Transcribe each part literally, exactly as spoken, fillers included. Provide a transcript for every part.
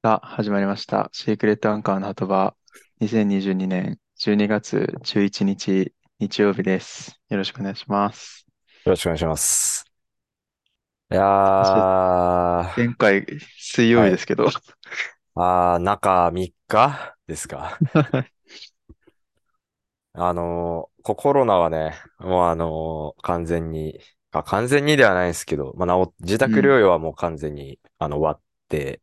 が始まりました。シークレットアンカーの鳩場、にせんにじゅうにねんじゅうにがつじゅういちにち日曜日です。よろしくお願いします。 よろしくお願いします。いやそしてー、 前回水曜はい。 日ですけど、 あー、中みっかですか。あのー、ココロナはね、もうあのー完全に、あ、完全にではないですけど、まあ、治自宅療うん。 養はもう完全に、あの、終わって、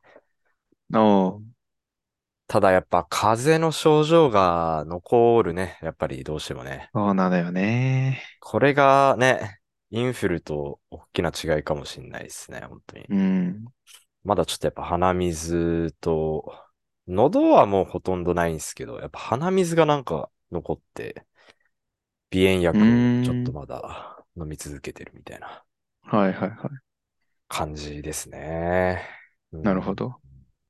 おー、 ただやっぱ風邪の症状が残るね。やっぱりどうしてもね。 そうなのよね。 これがね、インフルと大きな違いかもしれないですね、本当に。 うん。 まだちょっとやっぱ鼻水と、喉はもうほとんどないんですけど、やっぱ鼻水がなんか残って、鼻炎う薬ちょっとーん。 まだ飲み続けてるみたいなはいはいはい。 感じですね。うん。 なるほど。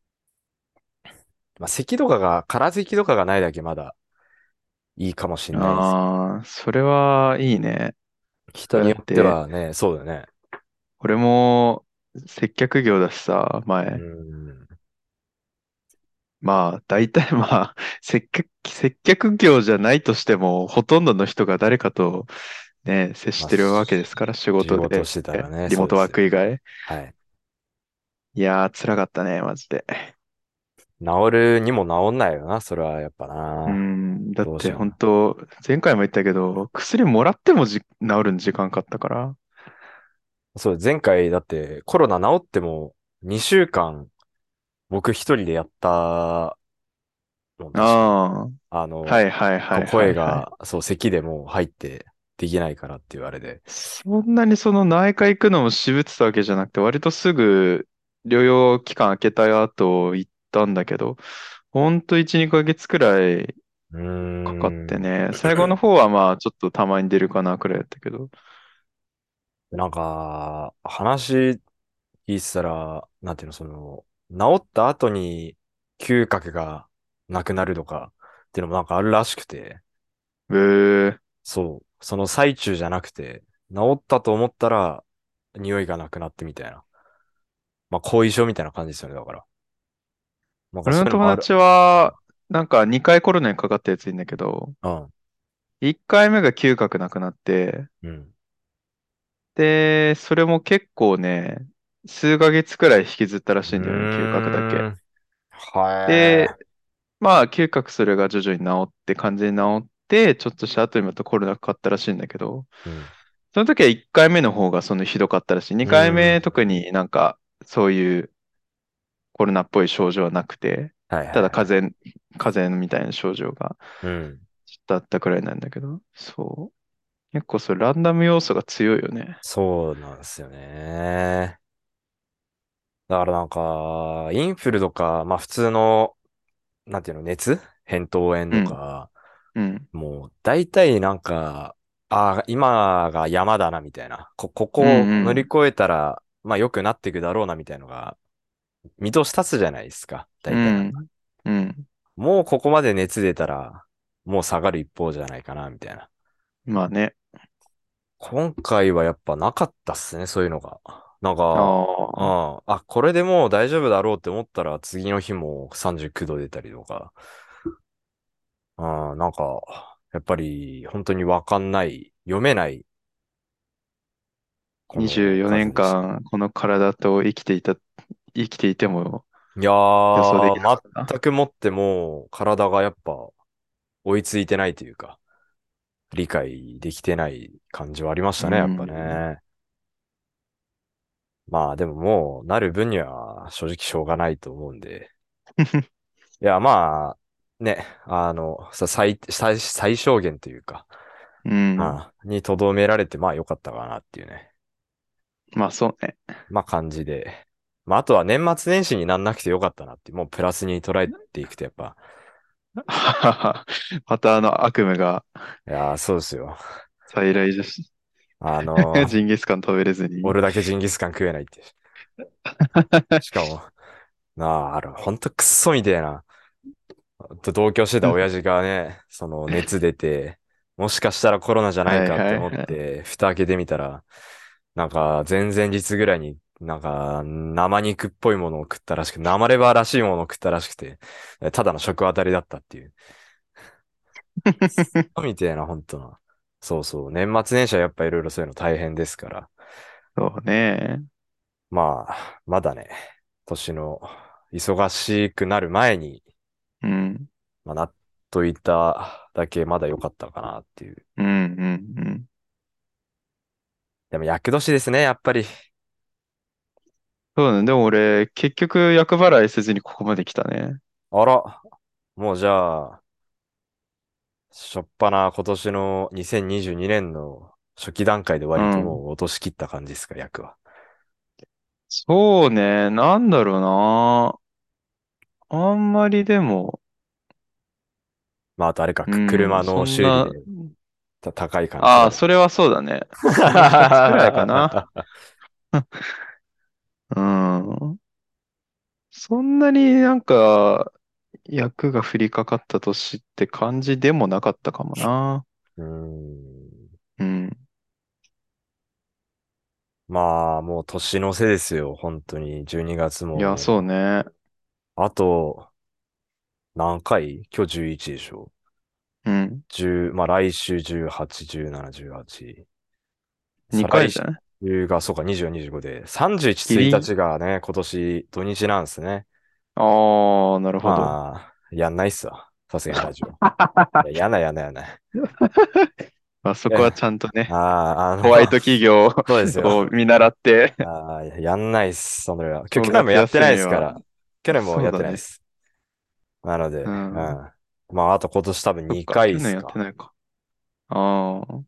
まあ咳とかが、空咳とかがないだけまだいいかもしれないですけど、 ああ、それはいいね。そうや人によってって、 はね、そうだね。 俺も接客業だしさ、 う前。 ん。 まあ、大体まあ、接客、接客業じゃないとしても、ほとんどの人が誰かとね、接まあ、 してるわけでしすから、仕仕事で、 事してたらね、 リモートワーそうですよ。 ク以外。 はい。 いやー、辛かったね、マジで。 治るにも治んないよな、それはやっぱうな。 ん、だってどうしても。 本当、前回も言ったけど、薬もらってもじ、治るの時間かかったから。 そう、前回だってコロナ治ってもにしゅうかん僕一人でやったの、確か。 あああ、はの、 いはいはこいはいはい。 声が、そう、咳でもう入ってできないからって言われて。 そんなにその内科行くのも渋ってたわけじゃなくて、割とすぐ療養期間明けた後行ったんだけど、ほんといち、にかげつくらいうーかかってん。 ね、最後の方はまあちょっとたまに出るかなくらいだったけど。 なんか、話聞いてたら、なんていうの、その、治った後に嗅覚がなくなるとかっていうのもなんかあるらしくて、 うー、 そう、その最中じゃなくて、治ったと思ったら、匂いがなくなってみたいな。まあ、後遺症みたいな感じですよね、だから。なんか俺のそういうのもある。 友達は、なんかにかいコロナにかかったやついるんだけど、 うん。 いっかいめが嗅覚なくなって、 うん。 で、それも結構ね、数ヶ月くらい引きずったらうしいんだよね、嗅覚だけ。 ーん。はで、まあ、嗅覚それが徐々に治って、完全に治って、ちょっとした後にまたコロナかかったらしいんだけど、 い。うん。 その時はいっかいめの方がそのひどかったらしい。 うにかいめん。 特になんかそういうコロナっぽい症状はなくて、 はいはいただはい。 風邪、風邪みたいな症状がうん。 ちょっとあったくらいなんだけど、そう。結構それランダム要素が強いよね。 そうなんですよね。だからなんか、インフルとか、まあ普通の、なんていうの、熱扁桃炎とうん、 か、 うん、 もう大体なんか、ああ、今が山だなみたいな。こ、こうこを乗りん、 越えたら、まあ良くなっていくだろうなみたいのが、見通し立つじゃないですか。 う大体なんか。 ん、うん。 もうここまで熱出たら、もう下がる一方じゃないかな、みたいな。 まあね。 今回はやっぱなかったっすね、そういうのが。なんあか、うあ、 ん。あ、これでもう大丈夫だろうって思ったら、次の日もさんじゅうきゅうど出たりとか。うん、なんか、やっぱり本当にわかんない、読めない、こ 24 の年風でしたね。 間この体と生きていた、生きていてもいや予想できなかー、 った。 全くもっても体がやっぱ追いついてないというか、理解できてない感じはありましうたね、やっぱん。 ね。まあでももう、なる分には正直しょうがないと思うんで。いや、まあ、ね、あの、さ最、最、最小限というか、 うん。 ああにとどめられて、まあ良かったかなっていうね、 まあそうね。 まあ感じで。まああとは年末年始になんなくてよかったなっていう、もうプラスに捉えていくとやっぱ、 またあの悪夢がいやー、そうですよ。 再来です。 あのージンギスカン食べれずに。 俺だけジンギスカン食えないっていう。しかも、なあ、あれ、ほんとクッソみたいな。と同居してた親父がね、その熱出て、もしかしたらコロナじゃないはいかって思っはいはい。 て、蓋開けてみたら、なんか前々日ぐらいになんか、生肉っぽいものを食ったらしく、生レバーらしいものを食ったらしくて、ただの食当たりだったっていう。みたいな、本当な。そうそう。年末年始はやっぱいろいろそういうの大変ですから。 そうね。 まあ、まだね、年の忙しくなる前に、 うん。 まあ、なっといただけまだ良かったかなっていう。 うん、うん、うん。 でも厄年ですね、やっぱり。 そうだね。でも俺、結局、厄払いせずにここまで来たね。 あら、もうじゃあ、しょっぱな今年のにせんにじゅうにねんの初期段階で割とうん。 もう落としきった感じですか、役は。 そうね。なんだろうな。あんまりでも、 まあ、あとあれか、 うくん、 車のそんな、 修理でた高い感じああ、 だろうね。 それはそうだね。それ二つくらいかな。うん。そんなになんか、役が降りかかった年って感じでもなかったかもな。 うーん。 うん。 まあ、もう年の瀬ですよ、本当に。じゅうにがついや、そうも、 ね。 あと、何回今日じゅういちでしょ？ うん。 じゅう、まあ来週じゅうはち、じゅうなな、じゅうはち。再 2 来回じゃない？ 週が、そうか、にじゅうよん、にじゅうごで、さんじゅういち、1 ギリ、 日がね、今年土日なんですね。 ああ、なるほど。 まあ、やんないっすわ。さすがにラジオ。いや、やんないやんないやんない。 まあ、そいや、 こはちゃんとね、 ああ、あの、 ホワイト企業そうですよ。 を見習って、 ああ、やんないっす、それは。きょ去年も正月やってないで休みは、 すから。去年もやっそうだね。 てないです。なので、 ううん。 ん。 まあ、あと今年多分そっか、 にかいっ去年やってすか。 ないか。ああ、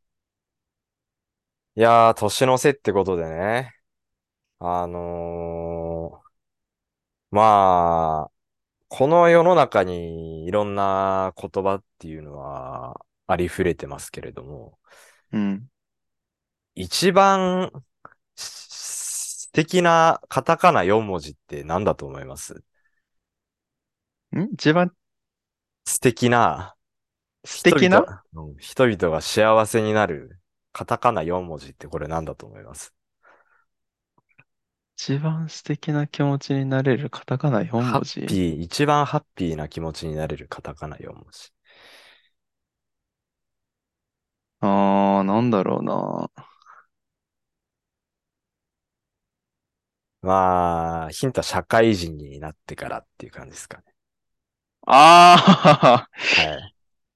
いやー、年の瀬ってことでね。あのーまあ、この世の中にいろんな言葉っていうのはありふれてますけれども、 うん。 一番素敵なカタカナよん文字って何だと思います？ ん一番素敵な素人々、 敵なうん人々が幸せになるカタカナよん文字ってこれ何だと思います？ 一番素敵な気持ちになれるカタカナ4 ハッ文字？ ピー、一番ハッピーな気持ちになれるカタカナよん文字。 ああー、なんだろうな。 まあ、ヒントは社会人になってからっていう感じですかね。 ああ、 はい。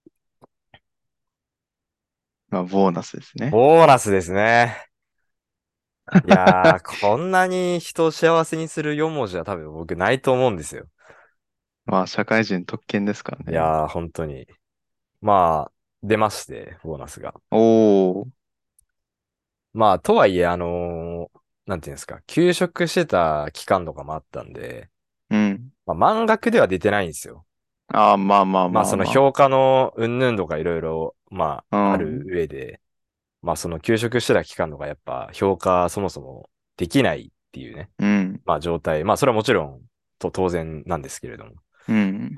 まあ、ボーナスですね。 ボーナスですね。いやー、こんなに人を幸せにするよん文字は多分僕ないと思うんですよ。 まあ、社会人特権ですからね。 いやー、本当に。まあ、出まして、ボーナスが。 おー、 まあ、とはいえ、あのーなんていうんですか、休職してた期間とかもあったんで、 うん。 まあ、満額では出てないんですよ。 ああ、まあまあまあ、 まあまその評価の云々とかいろいろ、まあ、ああ。うるん。 上で、まあ、その休職してた期間とかやっぱ評価そもそもできないっていうね、 うん。 まあ、状態。まあ、それはもちろん、と当然なんですけれども。 うん。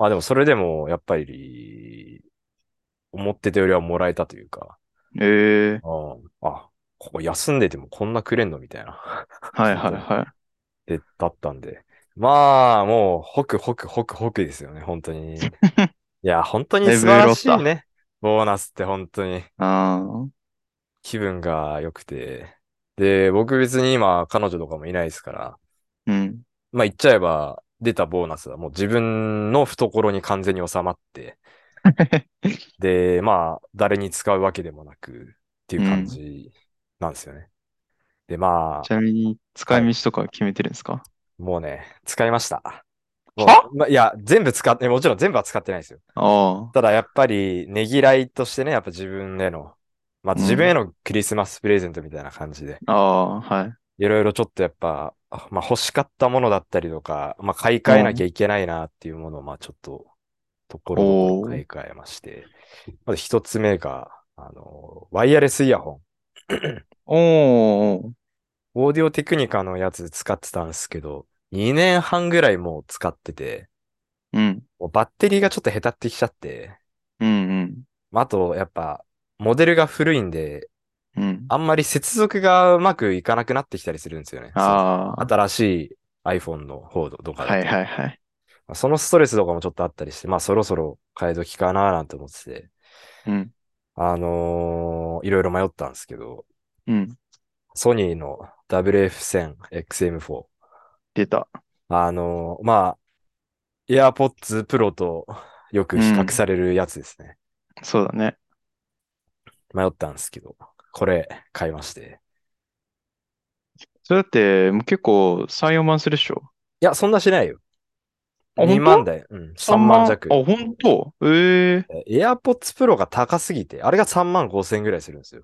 まあ、でもそれでも、やっぱり、思ってたよりはもらえたというか、 ええ、 ああ、あ、ここ休んでてもこんなくれんのみたいな。 はい本当に。 はいはで、だったんで。まあ、もう、ホクホクホクホクですよね、本当に。いい。 や、本当にだいぶ素晴ら潤った。 しいね。ボーナスって本当にああ、 気分が良くて。で、僕別に今彼女とかもいないですから、 うん。 まあ言っちゃえば出たボーナスはもう自分の懐に完全に収まって、で、まあ誰に使うわけでもなくっていう感うん。 じなんですよね。で、まちなみに、 あ、はい。 使い道とか決めてるんですか？ もうね、使いました。もはう、まあ、いや、全部使って、もちろん全部は使ってないですよ。 ああ、 ただやっぱり、ねぎらいとしてね、やっぱ自分への、まず自分へうん。 のクリスマスプレゼントみたいな感じで、 ああ、はい。 いろいろちょっとやっぱ、あまあ欲しかったものだったりとか、まあ買い替えなきゃうん。 いけないなっていうものを、まあちょっと、ところどころおー。 買い替えまして、まず一つ目が、あの、ワイヤレスイヤホン。 おー。 オーディオテクニカのやつ使ってたんですけど、にねんはんぐらいもう使ってて、 うん。 もうバッテリーがちょっと下手ってきちゃって、 うん。うん。 まあ、あと、やっぱ、モデルが古いんで、 うん。 ん。 あんまり接続がうまくいかなくなってきたりするんですよね。そう。 あ新しい iPhone の方とあ、はいかだと。 はいはい。 まあそのストレスとかもちょっとあったりして、まあそろそろ変え時かななんて思ってて、 うん。 あのーいろいろ迷ったんですけど、 うん。 ソニーの ダブリューエフテン エックスエムフォー。 出た。 あのーまあ、AirPods Pro とよく比較うん。 されるやつですね。 そうだね。 迷ったんですけど、これ買いまして。 それだって、もう結構さん、よんまんするでしょ？ いや、そんなしないよ。 あ、本 2万当？ 台、うん、 さんさんまん万。あ、 弱。 本当？ええ。 え AirPods Pro が高すぎて、あれがさんまんごせんぐらいするんですよ。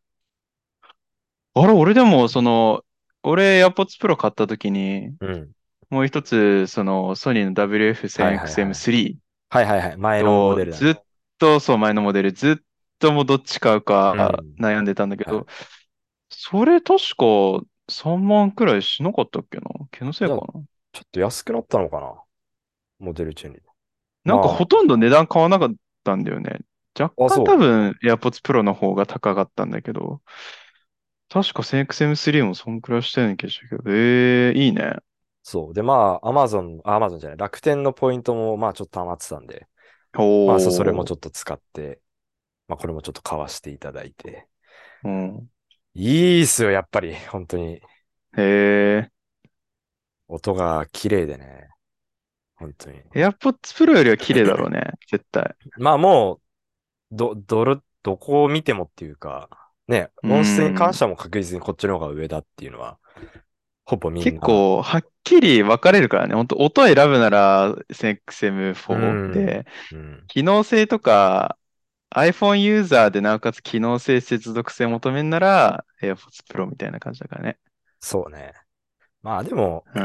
あれ、俺でも、その、俺、AirPods Pro 買った時に、 うん。 もう一つ、その、ソニーのはいはいはい。 ダブリューエフテンエックスエムスリーはいはいはい。前のモと、 デルだね。 ずっと、そう、前のモデル、ずっともうどっち買うかうん。 悩んでたんだけはい。 ど、それ確かさんまんくらいしなかったっけな？気のせいじゃあ、 かな？ ちょっと安くなったのかな、モデルチェンジ。 なんかまほとんど値段変わらなかったんだよね。若あ、あ、 干そう。 多分 AirPods Pro の方が高かったんだけど、確か エックスエムスリー もそんくらいしたような気がしたけど、ええー、いいね。 そう。で、まあ、アマゾン、アマゾンじゃない、楽天のポイントも、まあ、ちょっと溜まってたんで、まあ、そ、それもおー。 ちょっと使って、まあ、これもちょっと買わしていただいて。 うん。 いいっすよ、やっぱり。本当に。 へ音が綺麗でね。本当に。 え。AirPods Pro よりは綺麗だろうね。絶対。 まあ、もう、ど、どれ、どこを見てもっていうか、ね、 う音質に関しん。 てはもう確実にこっちの方が上だっていうのは、ほぼみんな、 結構、はっきり分かれるからね。本当音選ぶなら エックスエムフうォーん、 で、 うん、 機能性とか、iPhone ユーザーでなおかつ機能性、接続性求めんなら AirPods Pro みたいな感じだからね。 そうね。まあでも、 うん。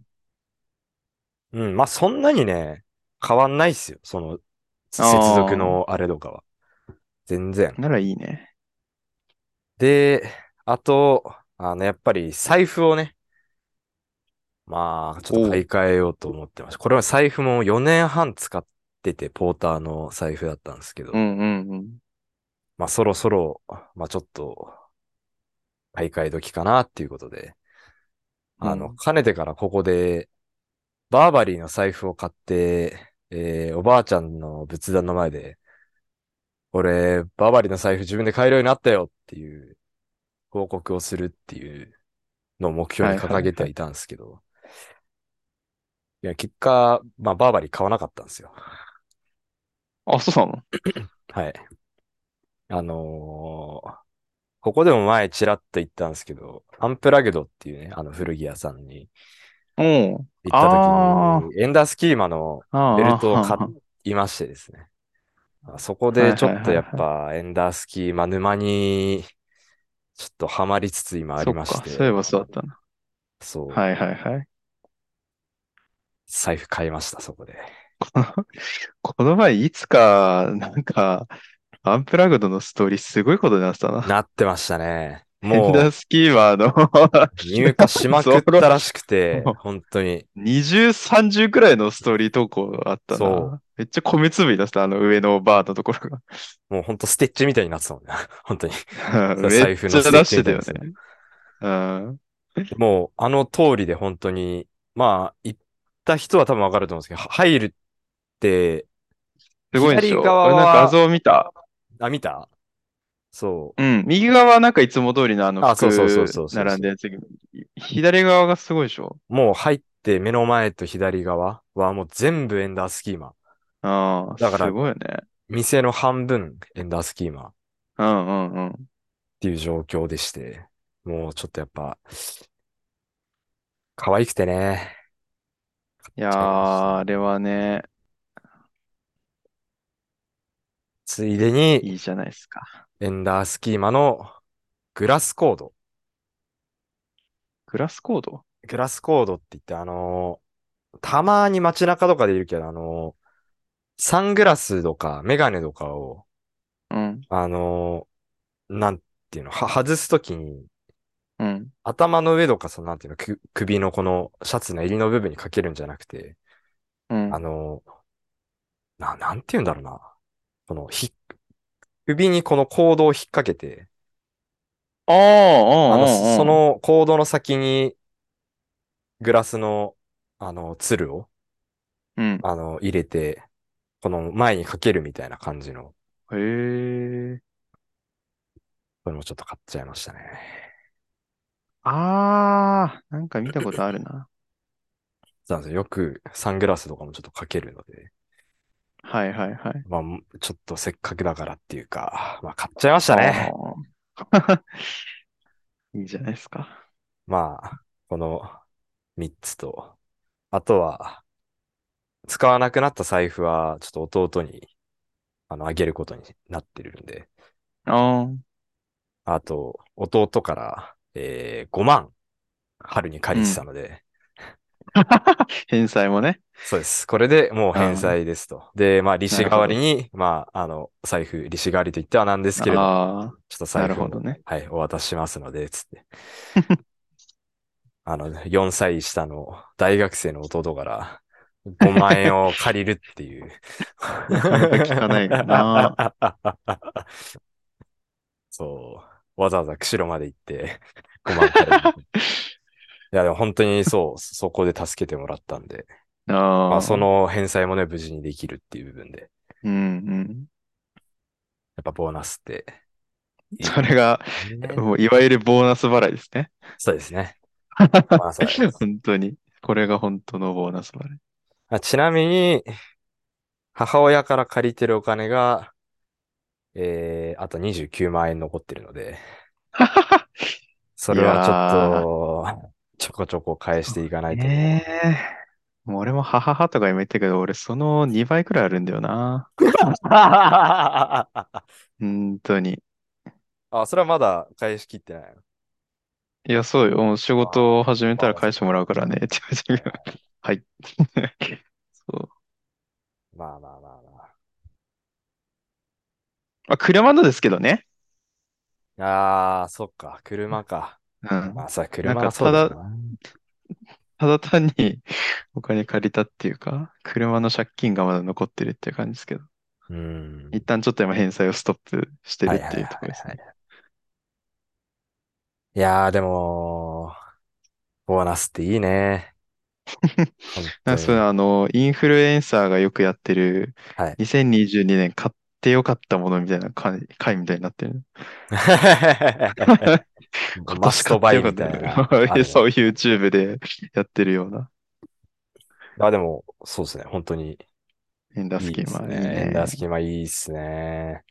うん、まあそんなにね、変わんないっすよ。その、接続あのあれとかは。全然。 あ、ならいいね。 で、あと、あの、やっぱり財布をね、まあ、ちょっとおう。 買い替えようと思ってました。これは財布もよねんはん使ってて、ポーターの財布だったんですけど、 うんうんうん。 まあそろそろ、まあちょっと買い替え時かなっていうことで、あの、 うん。 かねてからここで、バーバリーの財布を買って、えーおばあちゃんの仏壇の前で、俺、バーバリーの財布自分で買えるようになったよっていう報告をするっていうのを目標にはいは掲げてはいいはい。 たんですけど、いや、結果、まあ、バーバリー買わなかったんですよ。 あ、そうなの？ はい。あのーここでも前ちらっと言ったんですけど、アンプラグドっていうね、あの古着屋さんにおう。 行った時あに、エンダースキーマのあ、 ベルああ、 トを買はんいましてですね。あそこはん。 でちょっはいはいとやっはいはい。 ぱエンダースキーマ沼にちょっとハマりつつ今ありましそっか、そういえばて、 そうだったな。 そう、 はいはいはい。 財布買いました、そこで。 この前いつか、なんか、アンプラグドのストーリーすごいことになってたな。 なってましたね。 ヘンダーもスキーマーのう入荷しまくっその、 たらしくて、 も本当に。 うにじゅう、さんじゅうくらいのストーリー投稿あったそな。めっちゃ米粒になってた、あの上のバーのところが。 う。もう本当ステッチみたいになってたもんね。本当に。 めっ財布のステッちゃ出してチみたいになってた。 たよね。うん。 もうあの通りで本当に、まあ、行った人は多分わかると思うんですけど、は入るって、 すごいでし左ょ？俺なんか画側は、 像見た。 あ、見た。そうん。右側はなんかいつも通りのあのう。あ、そうそうそう服そうそうそ並んでるやつ。左側がすごいでしょ？ う。もう入って目の前と左側はもう全部エンダースキーマ。 ああ、 だからすごいよね。 店の半分エンダースキーマっうんうんうん。 ていう状況でして、もうちょっとやっぱ可愛くてね、 いやー、 ちゃいましたあれはね。 ね、 ついでにいいじゃないですか。 エンダースキーマのグラスコード。 グラスコード？ グラスコードって言ってあのーたまに街中とかでいるけど、あのーサングラスとかメガネとかを、 うん、 あのーなんていうの、は、外すときにうん、 頭の上とか、そのなんていうの、く首のこのシャツの襟の部分にかけるんじゃなくて、あうん。 のーな、なんていうんだろうな。このひ、首にこのコードを引っ掛けて、 ああ、 あの、そそうんうんうん。 のコードの先にグラスの、あの、ツルを、 うん。 あの、入れて、この前にかけるみたいな感じの、 へえ。 これもちょっと買っちゃいましたね。 ああ、なんか見たことあるな。 そうなんですよ。よくサングラスとかもちょっとかけるので、 はいはいはい。 まあ、ちょっとせっかくだからっていうか、まあ、買っちゃいましたね。 ああ。いいじゃないですか。 まあ、このみっつと、あとは、使わなくなった財布は、ちょっと弟に、あの、あげることになってるんで、 ああ。 あと、弟から、えー、ごまん、春に借りてたうん。 ので、 返済もね。 そうです。これでもう返うん。 済ですと。で、まあ、利子代なるほど。 わりに、まあ、あの、財布、利子代わりと言ってはなんですけれども、 ああ。 ちょっとな財布を、 るほどね。 はい、お渡ししますので、つって。あの、よんさい下の大学生の弟からごまん円を借りるっていう。 なかなか聞かないよな。 そう。わざわざ釧路まで行ってごまん借りに行く。いや、でも本当にそう、そこで助けてもらったんで、まあ、そああ。 の返済もね、無事にできるっていう部分で、 うんうん。 やっぱボーナスっていいことそれが、 ね。 もういわゆるボーナス払いですね。 そうですね。まあ、そうです。 本当に。これが本当のボーナス払い。 あ、ちなみに、母親から借りてるお金が、えー、あとにじゅうきゅうまん円残ってるので、そいれはちょっやと、ちょこちょこ返していかないー、 ともねえ。もう俺も母母とか今言ったけど、俺そのにばいくらいあるんだよな。 う。 本当に。 あ、それはまだ返しきってないの？ いや、そうよ。もう仕あ事を始めあ、 たらまあ、そっか。 返してもらうからね。って言われてはい。そう。 まあまあまあままあ、車のですけどね。 あ。ああ、そっか。車か。 うん。 まあさ、 なんか、 車はそうただ、 だよな。 ただ単にお金借りたっていうか、車の借金がまだ残ってるっていう感じですけど。 うん。 一旦ちょっと今返済をストップしてるっていうはいはいはいところですね。 はい。いやー、でも、ボーナスっていいね。本なんかそれ当に。 あの、インフルエンサーがよくやってるはい。 にせんにじゅうにねん買ってよかったものみたいな回、回みたいになってる。今年マストバイみ買ってよかったたいな、 よ。 あるね。 そう YouTube でやってるような。 あ、でも、そうですね。本当にエンダースいいキーマいいですね。エンダースね。 キーマいいっすね。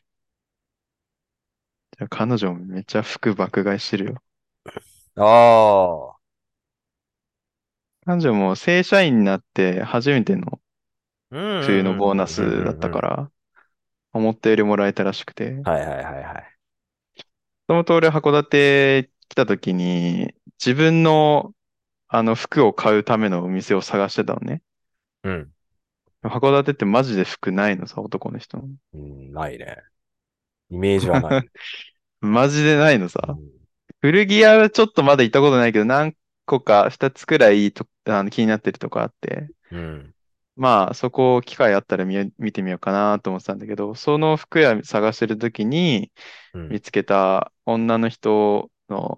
じゃあ彼女もめっちゃ服爆買いしてるよ。 ああ。 彼女も正社員になって初めてのうんうんう冬のボーナんうんうんスだっうんうん。 たから、思ったよりもらえたらしくて。 はいはいはいはい。 そのと俺函館来た時に、自分のあの服を買うためのお店を探してたのね。 うん。 函館ってマジで服ないのさ、男の人の。 うん、ないね。イメージはない。 マジでないのさ。 うん。 古着屋はちょっとまだ行ったことないけど、何個か、二つくらいと、あの気になってるとこあって、 うん。 まあ、そこ機会あったら見よ、見てみようかなと思ってたんだけど、その服屋探してる時にうん。 見つけた女の人の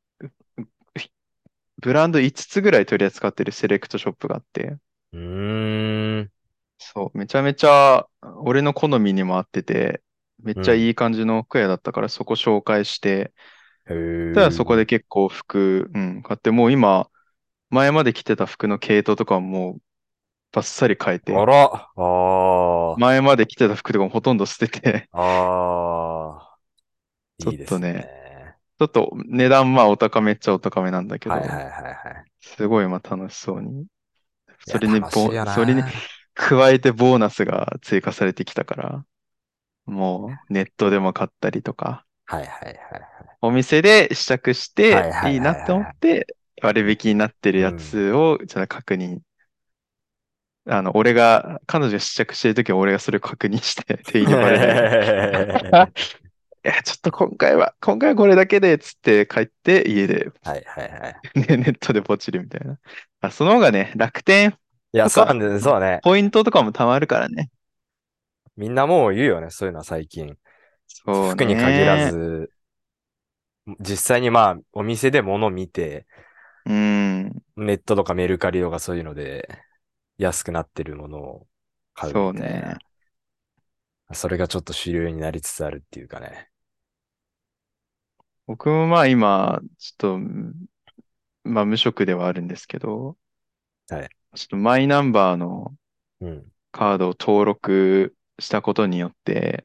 ブランドいつつつぐらい取り扱ってるセレクトショップがあって、 うーん。 そう、めちゃめちゃ俺の好みにも合ってて、めっうん。 ちゃいい感じの服屋だったからそこ紹介して、 へただそこでえ。 結構服、うん、買って、もう今、前まで着てた服の系統とかはもうバッサリ変えて、 あら。ああ。 前まで着てた服とかもほとんど捨てて、 ああ。 ちょっいいですとね、 ね。 ちょっと値段まあお高めっちゃお高めなんだけど、 はいはいはいはい。 すごい今楽しそうに。 いや、 それにボ、 楽しいよそれにな。 加えてボーナスが追加されてきたから、もうネットでも買ったりとか、 はいはいはいお店で試着しはい。 てはいはいいいなって思っはいはい。 て、割引になってるやうん。 つをちょっと確認。あの、俺が、彼女が試着してるときは俺がそれを確認して、店員にバレないように。いや、ちょっと今回は、今回はこれだけで、つって帰って家で、 はいはいはい。 ね、ネットでポチるみたいな。あ、その方がね、楽天いや、 とか、 そうなんだよね、 まあそうね。 ポイントとかもたまるからね。 みんなもう言うよね、そういうのは最近。 そう服に限らね。 ず、 実際にまあ、お店で物見て、 うーん。 ネットとかメルカリとかそういうので安くなってるものを買うそうね。 みたいな。それがちょっと主流になりつつあるっていうかね。 僕もまあ今、ちょっと、まあ無職ではあるんですけど、 はい。 ちょっとマイナンバーのうん。 カードを登録したことによって、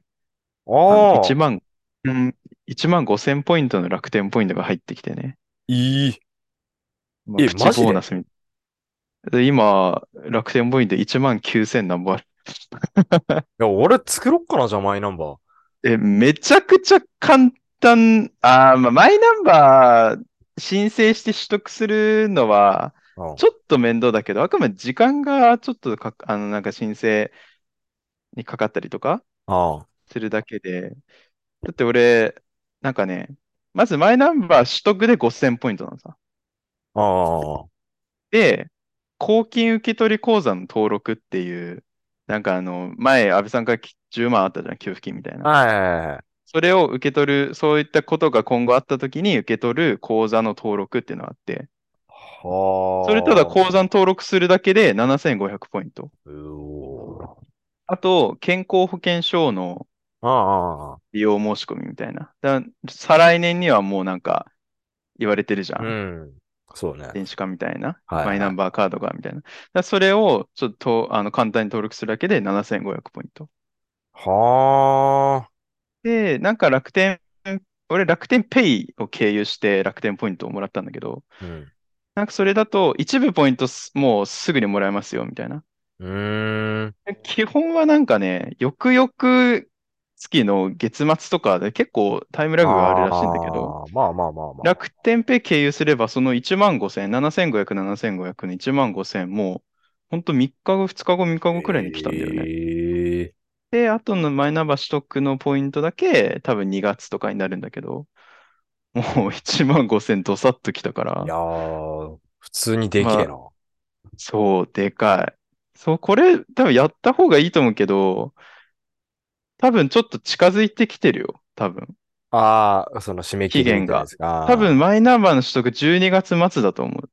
あの、1 ああ、 万、うん、いちまんごせんポイントの楽天ポイントが入ってきてね。 いい。 まあ、 え、 プチマジで？ ボーナスみで、今、楽天ポイントいちまんきゅうせん何ぼある。 いや、俺作ろっかな、じゃあマイナンバー。 え、めちゃくちゃ簡単。あー、まあ、マイナンバー申請して取得するのは、 うん。 ちょっと面倒だけど、あくまで時間がちょっとか、あの、なんか申請にかかったりとかあするだけで。だって俺、なんかね、まずマイナンバー取得でごせんポイントなのさ。 あ、ああ、 で、公金受取口座の登録っていう、なんかあの、前、安倍さんからきじゅうまんあったじゃん、給付金みたいな。 はいはいはい。 それを受け取る、そういったことが今後あったときに受け取る口座の登録っていうのがあって、それただ口座はに登録するだけでななせんごひゃくポイント。 あ、うおー。 あと、健康保険証のああ、ああ、 利用申し込みみたいな。だ再来年にはもうなんか言われてるじゃうん。 ん。そうね。 電子化みたいな。マイナはいはい。 ンバーカードがみたいな。だからそれをちょっとあの簡単に登録するだけでななせんごひゃくポイント。 はあ、 で、なんか楽天、俺楽天ペイを経由して楽天ポイントをもらったんだけど、 うん。 なんかそれだと一部ポイントすもうすぐにもらえますよみたいな。 うーん。 基本はなんかね、よくよく月の月末とかで結構タイムラグがあるらしいんだけど、 ああ、まあまあまあまあ。 楽天ペイ経由すればそのいちまんごせん、ななせんごひゃく、ななせんごひゃくのいちまんごせんもう、ほんとみっかご、ふつかご、みっかごくらいに来たんだよね。 ええ、 で、あとのマイナンバー取得のポイントだけ多分にがつとかになるんだけど、もういちまんごせんどさっと来たかいやら、 ー、普通にでけまあ、 えな。 そう、でかい。そう、これ多分やった方がいいと思うけど、多分ちょっと近づいてきてるよ。多分。 ああ、その締め切りみ期限が。 たいなやつか。 多分マイナンバーの取得じゅうにがつ末だと思う。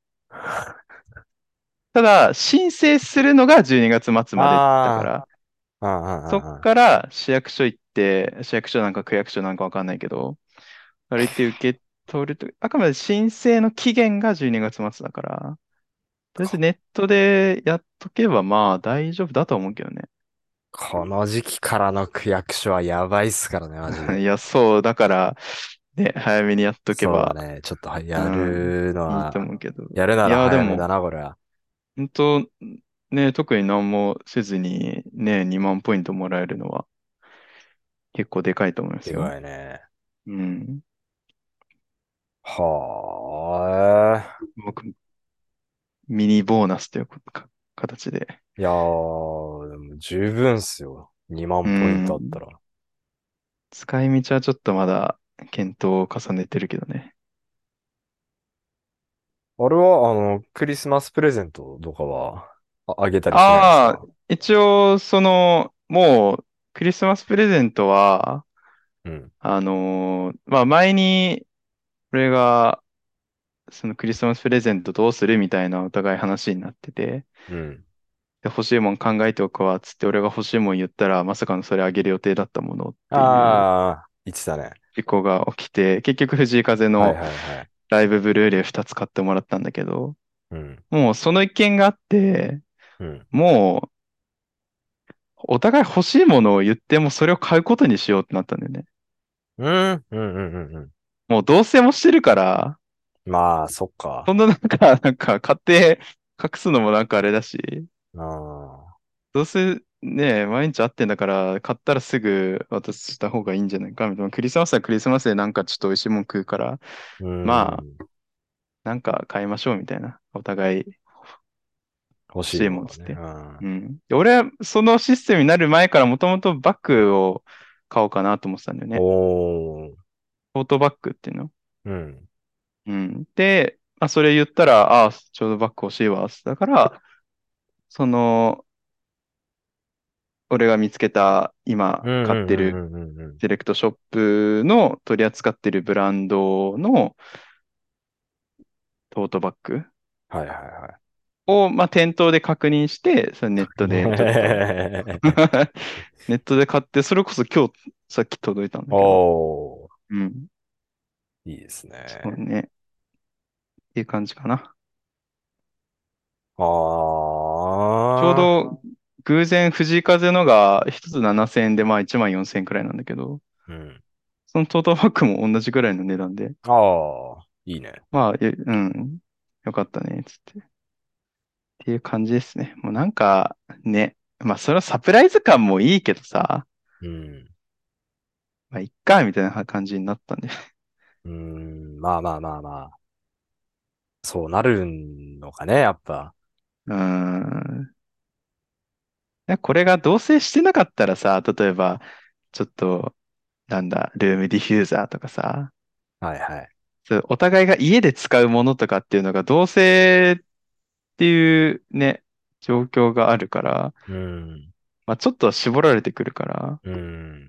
ただ、申請するのがじゅうにがつ末までだかあら、 あ、うんうんうそっんうん。 から市役所行って、市役所なんか区役所なんかわかんないけど、あれ行って受け取ると、あくまで申請の期限がじゅうにがつ末だから、とりあえずこ、 ネットでやっとけばまあ大丈夫だと思うけどね。 この時期からの区役所はやばいっすからね、マジで。 いや、そう、だから、ね、早めにやっとけば、 そうね。ちょっとはやうん、 るのいいとは、 思うけど。 やるならいや、でも、 早めだな、これは。 本当、ね、特に何もせずに、ね、にまんポイントもらえるのは結構でかいと思いまですよ。 かいね。 うん。 は僕、ミニボーナスというか形で。 ーい。いやー、でも十分っすよ。2 う万ポイントあったん。 ら。 使い道はちょっとまだ検討を重ねてるけどね。 あれは、あの、クリスマスプレゼントとかは、あ、あげたりしないんですああ、 か？ 一応、その、もう、クリスマスプレゼントは、 うん、 あのーまあ、前に、俺が、そのクリスマスプレゼントどうするみたいなお互い話になってて、 うん。 で、欲しいもん考えておくわ、つって俺が欲しいもん言ったら、まさかのそれあげる予定だったものっていうああ、言ってたね。 事故が起きて、結局藤井風はいのはいはい。 ライブブルーレイふたつ買ってもらったんだけど、 うん、 もうその一件があって、 うん。 もうお互い欲しいものを言ってもそれを買うことにしようってなったんだよね。 うん、うん、うん、うん。うん、 もう同棲もしてるから、 まあ、そっか。 そんななんか、なんか買って隠すのもなんかあれだし、 ああ、 どうせね、毎日会ってんだから、買ったらすぐ渡した方がいいんじゃないかみたいな。クリスマスはクリスマスでなんかちょっと美味しいもん食うから、 うまあ、 ん。 なんか買いましょうみたいな。お互い欲しい欲しいものはね。 もんつって。 うん。 うん。で俺はそのシステムになる前からもともとバッグを買おうかなと思ってたんだよね。 おー。 トートバッグっていうの。 うん。 うん。で、まあ、それ言ったら、ああ、ちょうどバッグ欲しいわ。だから、その、 俺が見つけた今うんう買ってるんうんうんうんうん。 セレクトショップの取り扱ってるブランドのトートバッグはいはいはを、まあ、店頭で確認して、それネットでちょっとい。 ネットで買って、それこそ今日さっき届いたんだけど、 おー、 うん。 いいですね。 そうね。っていう感じかな。ちょうあど偶然藤井風のが一つななせんえんでまあいちまんよんせんえんくらいなんだけど、 ー、うん。 そのトートバッグも同じくらいの値段で、 ああ、いいね。 まあ、えうん、よかったね、つって。っていう感じですね。もうなんかね、まあそのサプライズ感もいいけどさ、 うん。 まあいっか、みたいな感じになったんで。 うん、まあまあまあまあ。そうなるのかね、やっぱ。 うーん。いやこれが同棲してなかったらさ、例えば、ちょっと、なんだ、ルームディフューザーとかさ、 はいはい。 そうお互いが家で使うものとかっていうのが同棲っていうね、状況があるから、 うん、 まあちょっとは絞られてくるから、 うん。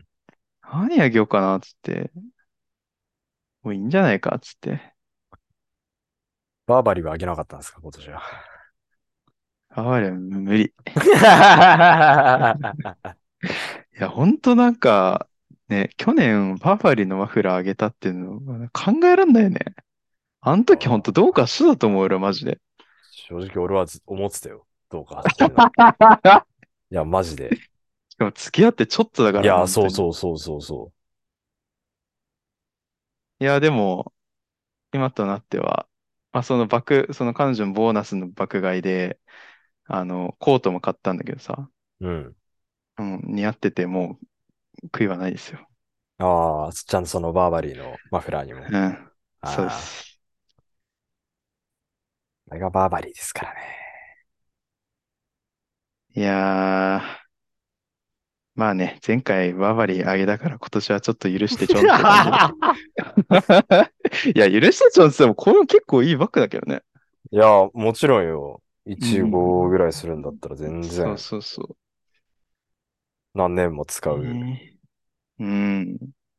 何あげようかな、つって、もういいんじゃないか、つって。 バーバリーはあげなかったんですか、今年は。 あれ、無理。いや、ほんとなんか、ね、去年バーバリーのマフラーあげたっていうの考えらんないよね。あのあ時ほんとどうーかしてたと思うよ、マジで。 正直俺はず思ってたよ。どうかしてるな。いや、マジで。 しかも付き合ってちょっとだからね、 いや、 本当に。 そうそうそうそうそいや、でも、今となっては、まあ、その爆、その彼女のボーナスの爆買いで、あの、コートも買ったんだけどさ、 う。うん。 うん、似合っててもう悔いはないですよ。 ああ、ちゃんとそのバーバリーのマフラーにも。 うん、そうでああ、 す。 これがバーバリーですからね。 いやー、まあね、前回バーバリーあげたから今年はちょっと許してちょんって感じで。いや、許してちょんって言っても、これも結構いいバッグだけどね。 いや、もちろんよ。 ういちごん。 ぐらいするんだったら全そう然そうそ何年も使う。 う。 ね、うん。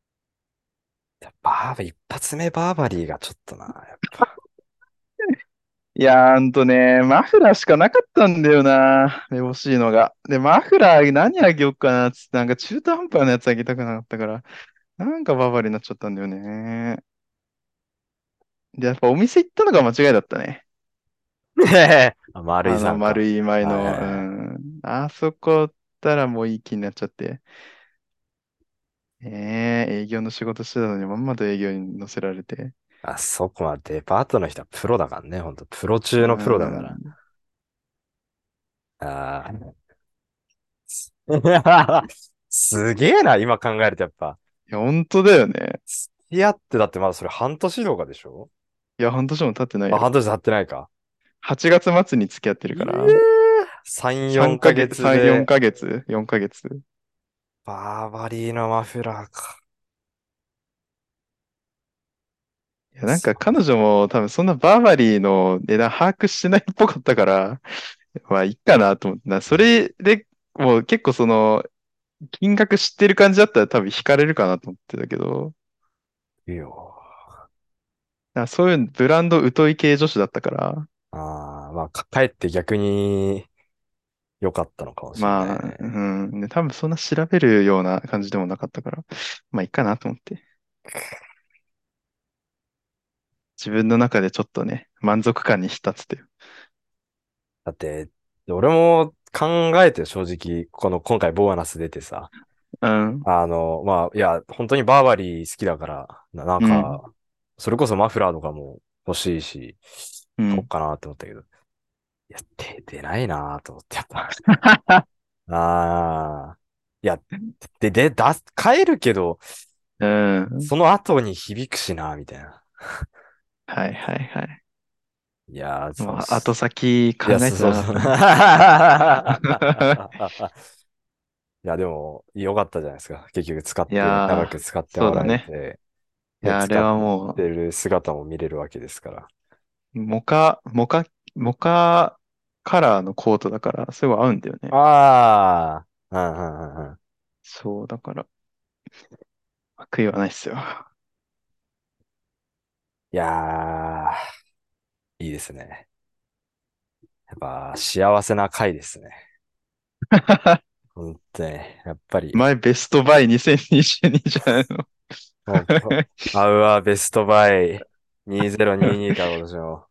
バーバ、一発目バーバリーがちょっとな、やっぱ。 いやー、ほんとね、マフラーしかなかったんだよな。欲しいのが。で、マフラー何あげようかなっつって、なんか中途半端なやつあげたくなかったから、なんかババリになっちゃったんだよね。で、やっぱお店行ったのが間違いだったね。 あ、丸井あの、 さんか。 丸い前はいの、うはいはい。 ん。あそこったらもういい気になっちゃって。ええ営業の仕事してたのにまんまと営業に乗せられて。 あそこはデパートの人はプロだからね。ほんと、プロう中のプロだから。 ん。 あーすげえな、今考えるとやっぱ。 いや、本当だよね。 付き合ってだってまだそれ半年とかでしょ？ いや、半年も経ってないあ、 よ。 半年経ってないか。 はちがつ末に付き合ってるかええら、 さん、4 3ヶ月、 ヶ月さん、4 で、 ヶ月？ よん ヶ月。 バーバリーのマフラーか。 いや、なんかそ彼女も多分そんなバーバリーの値段把握してないっぽかったから、まあいいかなと思ってな。そう。 れでもう結構その、金額知ってる感じだったら多分惹かれるかなと思ってたけど、 いいよ。 なんかそういうブランド疎い系女子だったから、 ああ、まあ、かかえって逆に良かったのかもしれないまあ、うね。 ん、ね、多分そんな調べるような感じでもなかったから、まあいいかなと思って。自分の中でちょっとね、満足感に浸ってて。 だって、俺も考えて正直、この今回ボーナス出てさ、 うん、 あの、まあ、いや、本当にバーバリー好きだから、な、なんうん、 か、それこそマフラーとかも欲しいし、 うん。 買おうかなって思ったけど、いや、手出ないなと思って、やっぱ。ああ、いや、で、で、出す、買えるけど、 うん。 その後に響くしな、みたいな。 はいはいはい。 いやー、 もうそう後し、 先いや、 考えてそうそうそう。 なかったね。 いや、でも、良かったじゃないですか。結局使っいて、長やー、 く使ってもらえそうだね。 て、ね、 いや、あれ使っはもてる姿も見れるわけですから。 う、モカ、モカ、モカカラーのコートだから、すごい合うんだよね。 ああ、 うんうんうんうん。 そう、だから、悔いはないっすよ。 いやー、いいですね。やっぱ幸せな回ですね。本当に。やっぱり、 前ベストバイにせんにじゅうにじゅうにじゃないの？ もう、アウアーベストバイにせんにじゅうにか、今年も。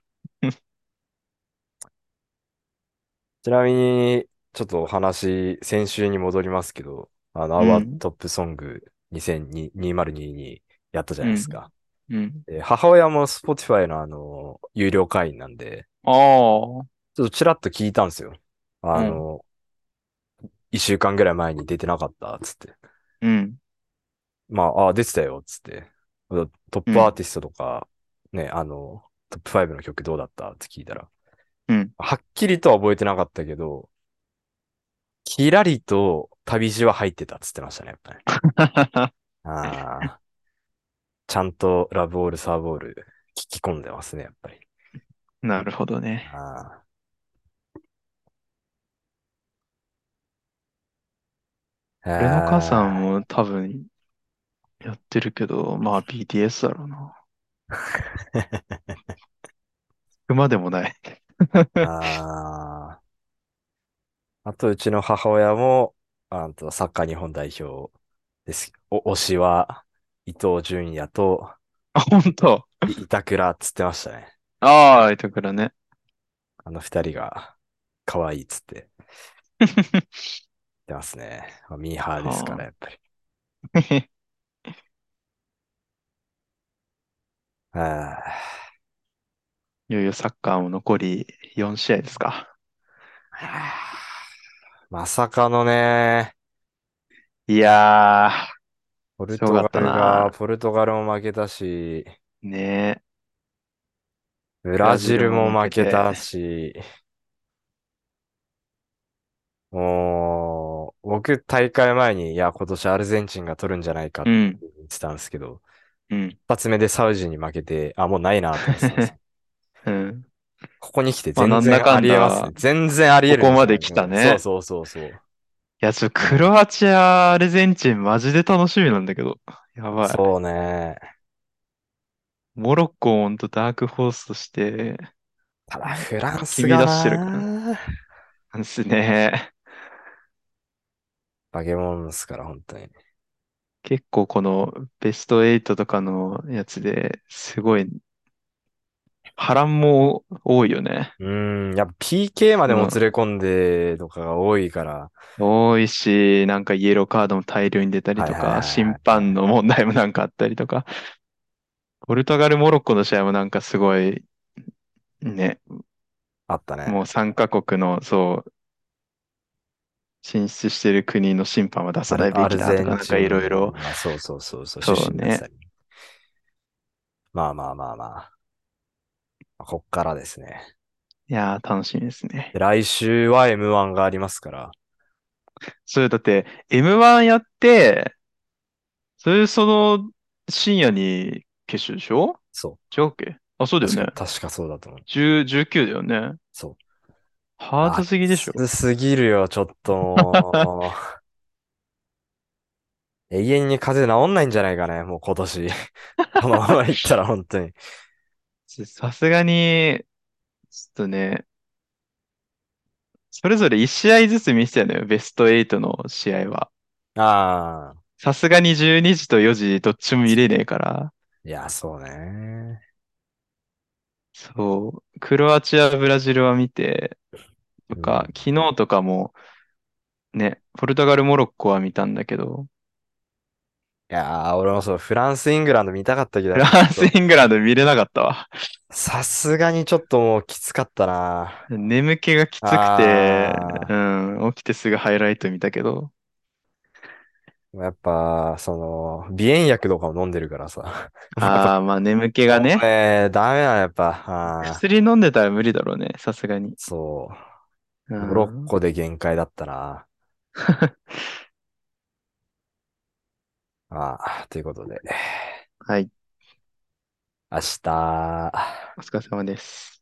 ちなみに、ちょっとお話、先週に戻りますけど、あの、アワーうん、 トップソングにせんにじゅうにじゅうにやったじゃうん、 ないですか。 うん。 で母親も Spotify のあの、有料会員なんで、 ああ、 ちょっとちらっと聞いたんですよ。あうん、 の、一週間ぐらい前に出てなかったっつって。 うん、 まあ、あ、出てたよっつって。トッうん、 プアーティストとか、ね、あの、トップファイブの曲どうだったって聞いたら、 うん。 はっきりとは覚えてなかったけど、キラリと旅路は入ってたっつってましたね、やっぱり。ああ、ちゃんとラブオールサーブオール聞き込んでますね、やっぱり。 なるほどね。 ああ、 俺の母さんあも多分やってるけど、まあ ビーティーエス だろうな。馬でもない。 あ、ああ、あと、うちの母親も、あと、サッカー日本代表です。お、推しは、伊東純也と、 あ、本当。 い板倉っつってましたね。 ああ、板倉ね。 あの二人が、可愛いっつって言ってますね。まあミーハーですから、 はやっぱり。 あ。 ああ、 いよいよサッカーも残りよん試合ですか？ まさかのね、 いやー、 ポルトガすごかったルが、 な。 ポルトガルも負けたし、 ねえ。 ブブララジルジルも負も負けけて。 たし、もう、僕大会前に、いや、今年アルゼンチンが取るんじゃないかってうん、 言ってたんですけど、 うん。 一発目でサウジに負けて、あ、もうないなと思ってたんですよ。 うん。 ここに来てまあ、 全然あなんだかんりえますね。 だ、 全然ありえこるんじゃこまで来ないかみたいな。そうたね。 そうそうそいや、ちょ、 う。うん。 クロアチア、アルゼンチン、マジで楽しみなんだけど。やばい。 そうね。 モロッコをほんとダークホースとして、 ただ、 もフラう、 ンスが湧き乱してるからな、 なんですね。 化け物ですから、本当に。 結構このベストエイトとかのやつですごい波乱も多いよね。 うーん、やっぱ ピーケー までもつそのれ込んでとかが多いから。 多いし、なんかイエローカードも大量に出たりはいはいとか、審はいはい。 判の問題もなんかあったりとか、ポルトガル、モロッコの試合もなんかすごいね、 あったね。 もうさんカ国のそう進出してる国の審判は出アル、 さないべアルきだとか、 ゼンチなんかいろいろ、 ンはそうそうそうそう、主そうね。 審出したり。まあまあまあまあ。こっからですね。 いやー楽しみですね。 で来週は エムワン がありますから。 それだって エムワン やって、それその深夜に決勝でしょ？ そう。 違うっけ？あ、そうだよ確か、 ね。 確かそうだと思う。 じゅう、じゅうきゅうだよね。 そう。 ハードすぎでしょ？ 暑すぎるよ、ちょっともう。永遠に風邪治んないんじゃないかね、もう今年。このままいったら本当に。 さすがに、ちょっとね、それぞれいち試合ずつ見せてたのよ、ベストエイトの試合は。 ああ。 さすがにじゅうにじとよじどっちも見れねえから。 いや、そうね。 そう、クロアチア、ブラジルは見て、とか、 うん。 昨日とかもね、ポルトガル、モロッコは見たんだけど、 いやー、俺もそう、フランス、イングランド見たかったけど、やっフランス、 ぱちょっと、 イングランド見れなかったわ。 さすがにちょっともうきつかったな。 眠気がきつくて、うあん、起きてすぐハイライト見たけど、 ー、やっぱ、その、鼻炎薬とかも飲んでるからさ。もうやっぱ、 ああ、まあ眠気がもうね、 ね、ダメだ、やっぱ。あー、 薬飲んでたら無理だろうね、さすがに。 そうう。モロッん。 コで限界だったな。ああ、ということで、 はい、 明日、 お疲れ様です。